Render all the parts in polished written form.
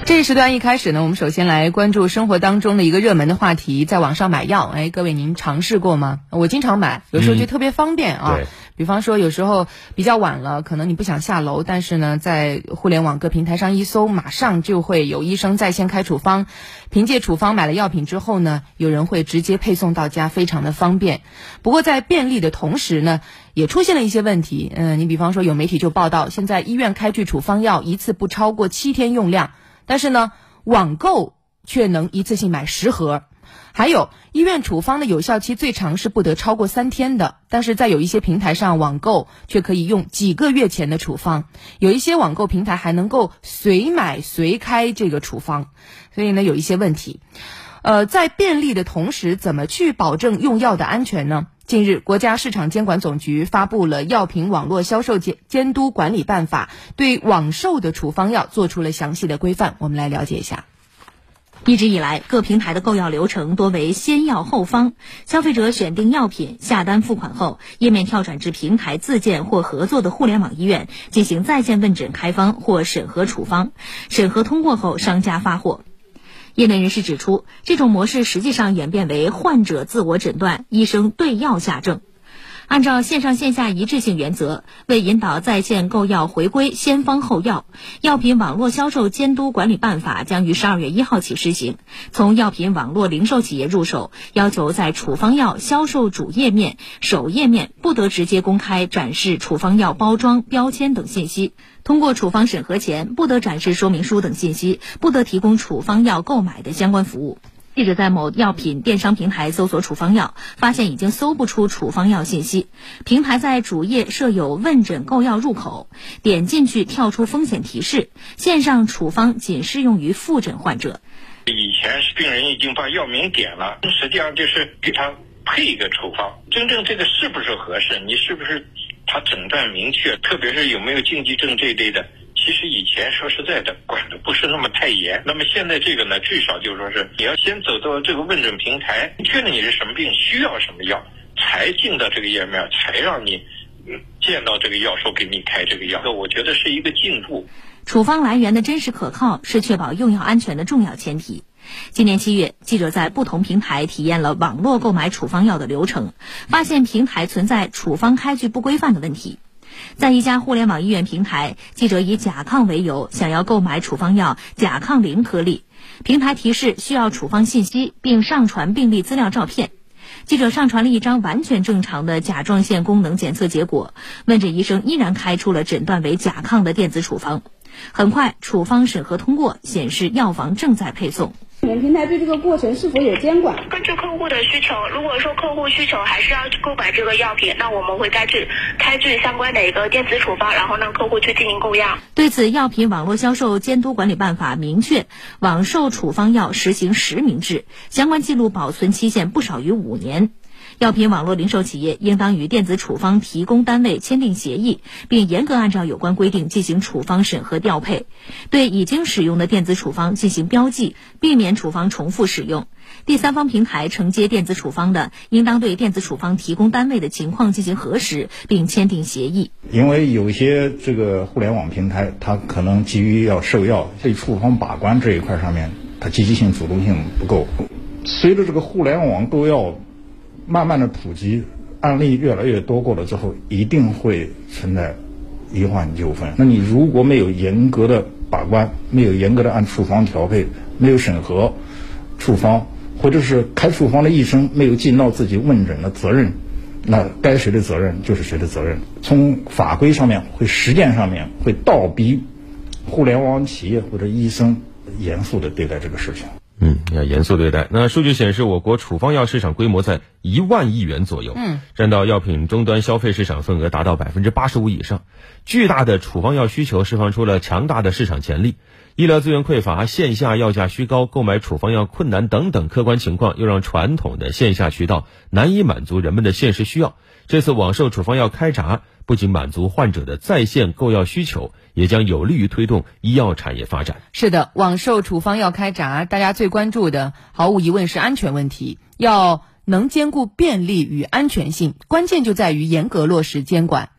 这一时段一开始呢，我们首先来关注生活当中的一个热门的话题，在网上买药。各位您尝试过吗？我经常买，有时候就特别方便啊。比方说有时候比较晚了，可能你不想下楼，但是呢在互联网各平台上一搜，马上就会有医生在线开处方，凭借处方买了药品之后呢，有人会直接配送到家，非常的方便。不过在便利的同时呢，也出现了一些问题。你比方说有媒体就报道，现在医院开具处方药一次不超过7天用量，但是呢网购却能一次性买10盒。还有医院处方的有效期最长是不得超过3天的，但是在有一些平台上网购却可以用几个月前的处方，有一些网购平台还能够随买随开这个处方，所以呢有一些问题。在便利的同时，怎么去保证用药的安全呢？近日，国家市场监管总局发布了《药品网络销售监督管理办法》，对网售的处方药做出了详细的规范。我们来了解一下。 一直以来，各平台的购药流程多为先药后方，消费者选定药品、下单付款后，页面跳转至平台自建或合作的互联网医院进行在线问诊开方或审核处方，审核通过后商家发货。业内人士指出，这种模式实际上演变为患者自我诊断，医生对药下症。按照线上线下一致性原则，为引导在线购药回归先方后药，药品网络销售监督管理办法将于12月1号起施行。从药品网络零售企业入手，要求在处方药销售主页面、首页面不得直接公开展示处方药包装、标签等信息。通过处方审核前，不得展示说明书等信息，不得提供处方药购买的相关服务。记者在某药品电商平台搜索处方药，发现已经搜不出处方药信息。平台在主页设有问诊购药入口，点进去跳出风险提示，线上处方仅适用于复诊患者。 以前是病人已经把药名点了，实际上就是给他配一个处方，真正这个是不是合适，你是不是他诊断明确，特别是有没有禁忌症这一类的，其实以前说实在的管的不是那么太严。那么现在这个呢，至少就说是你要先走到这个问诊平台，确定你是什么病，需要什么药，才进到这个页面，才让你见到这个药说给你开这个药。我觉得是一个进步。 处方来源的真实可靠是确保用药安全的重要前提。今年7月，记者在不同平台体验了网络购买处方药的流程，发现平台存在处方开具不规范的问题。在一家互联网医院平台，记者以甲亢为由想要购买处方药甲亢灵颗粒，平台提示需要处方信息并上传病历资料照片。记者上传了一张完全正常的甲状腺功能检测结果，问诊医生依然开出了诊断为甲亢的电子处方。很快，处方审核通过，显示药房正在配送。 你们平台对这个过程是否有监管？ 根据客户的需求，如果说客户需求还是要购买这个药品，那我们会开具相关的一个电子处方，然后让客户去进行购药。 对此，药品网络销售监督管理办法明确，网售处方药实行实名制，相关记录保存期限不少于5年。药品网络零售企业应当与电子处方提供单位签订协议，并严格按照有关规定进行处方审核调配，对已经使用的电子处方进行标记，避免处方重复使用。第三方平台承接电子处方的，应当对电子处方提供单位的情况进行核实，并签订协议。 因为有一些这个互联网平台，它可能基于要售药，对处方把关这一块上面，它积极性、主动性不够。随着这个互联网购药慢慢的普及，案例越来越多过了之后，一定会存在医患纠纷。那你如果没有严格的把关，没有严格的按处方调配，没有审核处方，或者是开处方的医生没有尽到自己问诊的责任，那该谁的责任就是谁的责任。从法规上面实践上面会倒逼互联网企业或者医生严肃的对待这个事情。 要严肃对待。那数据显示，我国处方药市场规模在1万亿元左右，占到药品终端消费市场份额达到85%以上。巨大的处方药需求释放出了强大的市场潜力。医疗资源匮乏、线下药价虚高、购买处方药困难等等客观情况，又让传统的线下渠道难以满足人们的现实需要。这次网售处方药开闸，不仅满足患者的在线购药需求，也将有利于推动医药产业发展。 是的，网售处方药开闸，大家最关注的毫无疑问是安全问题，要能兼顾便利与安全性，关键就在于严格落实监管。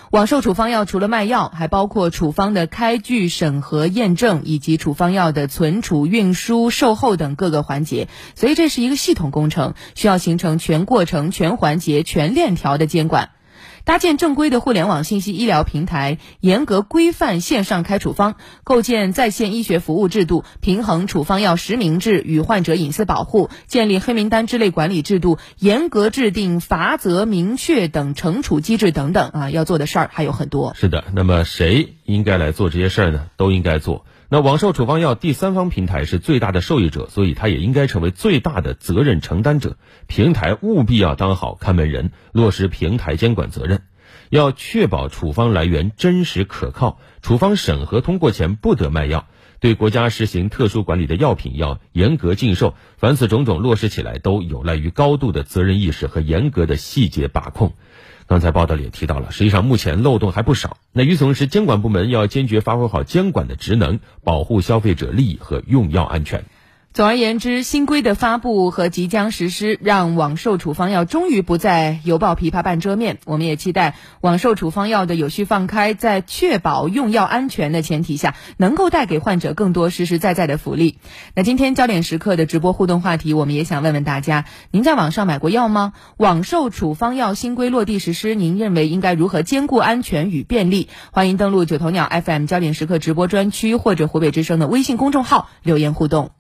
网售处方药除了卖药，还包括处方的开具、审核、验证，以及处方药的存储、运输、售后等各个环节。所以这是一个系统工程，需要形成全过程、全环节、全链条的监管。搭建正规的互联网信息医疗平台，严格规范线上开处方，构建在线医学服务制度，平衡处方药实名制与患者隐私保护，建立黑名单之类管理制度，严格制定罚则明确等惩处机制等等啊，要做的事儿还有很多。 是的，那么谁应该来做这些事儿呢？都应该做。那网售处方药第三方平台是最大的受益者，所以它也应该成为最大的责任承担者。平台务必要当好看门人，落实平台监管责任，要确保处方来源真实可靠，处方审核通过前不得卖药，对国家实行特殊管理的药品要严格禁售。凡此种种落实起来，都有赖于高度的责任意识和严格的细节把控。刚才报道里也提到了，实际上目前漏洞还不少。那与此同时，监管部门要坚决发挥好监管的职能，保护消费者利益和用药安全。 总而言之，新规的发布和即将实施，让网售处方药终于不再犹抱琵琶半遮面。我们也期待网售处方药的有序放开，在确保用药安全的前提下，能够带给患者更多实实在在的福利。那今天焦点时刻的直播互动话题，我们也想问问大家，您在网上买过药吗？网售处方药新规落地实施，您认为应该如何兼顾安全与便利？欢迎登录九头鸟 FM 焦点时刻直播专区或者湖北之声的微信公众号留言互动。